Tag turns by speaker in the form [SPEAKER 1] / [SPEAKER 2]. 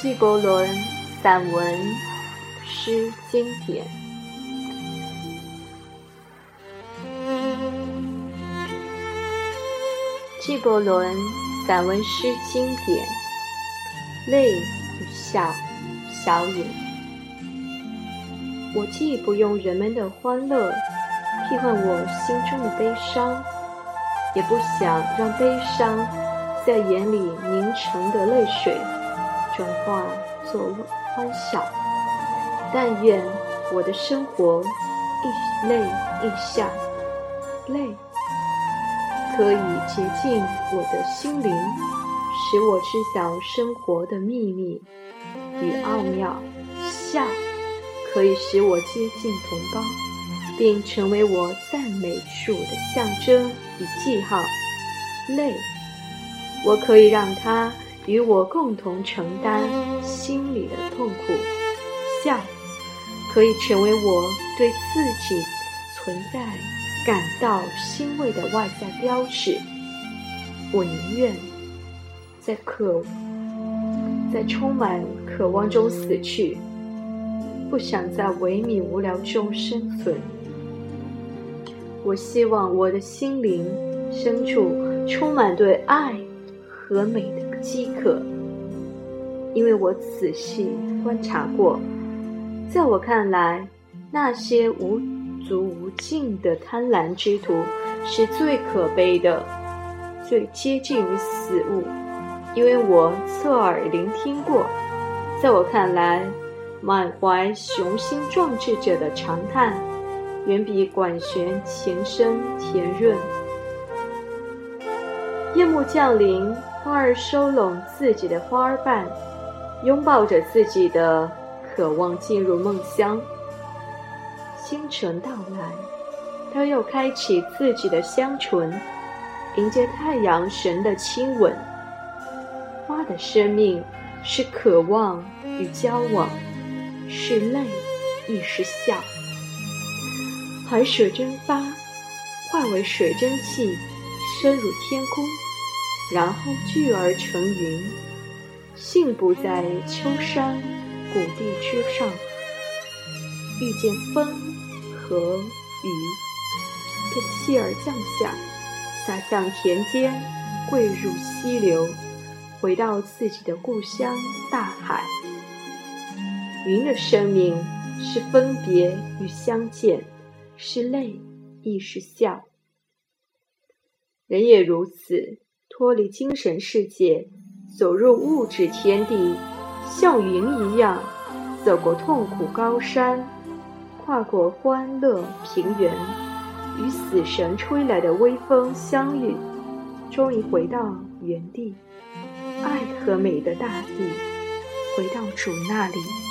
[SPEAKER 1] 纪伯伦散文诗经典。纪伯伦散文诗经典，泪与笑，小影。我既不用人们的欢乐替换我心中的悲伤，也不想让悲伤在眼里凝成的泪水转化作欢笑，但愿我的生活一泪一笑，泪可以洁净我的心灵，使我知晓生活的秘密与奥妙，笑可以使我接近同胞，并成为我赞美主的象征与记号。泪，我可以让它与我共同承担心里的痛苦。笑，可以成为我对自己存在感到欣慰的外在标志。我宁愿在充满渴望中死去，不想在萎靡无聊中生存。我希望我的心灵深处充满对爱和美的饥渴，因为我仔细观察过，在我看来，那些无足无尽的贪婪之徒是最可悲的，最接近于死物。因为我侧耳聆听过，在我看来，满怀雄心壮志者的长叹远比管弦前声甜润。夜幕降临，花儿收拢自己的花儿瓣，拥抱着自己的渴望进入梦乡。清晨到来，它又开启自己的香唇，迎接太阳神的亲吻。花的生命是渴望与交往，是泪亦是笑。海水蒸发，化为水蒸气，升入天空，然后聚而成云。信步在秋山谷地之上，遇见风和雨，便弃而降下，洒向田间，汇入溪流，回到自己的故乡大海。云的生命是分别与相见，是泪亦是笑。人也如此，脱离精神世界，走入物质天地，像云一样走过痛苦高山，跨过欢乐平原，与死神吹来的微风相遇，终于回到原地，爱和美的大地，回到主那里。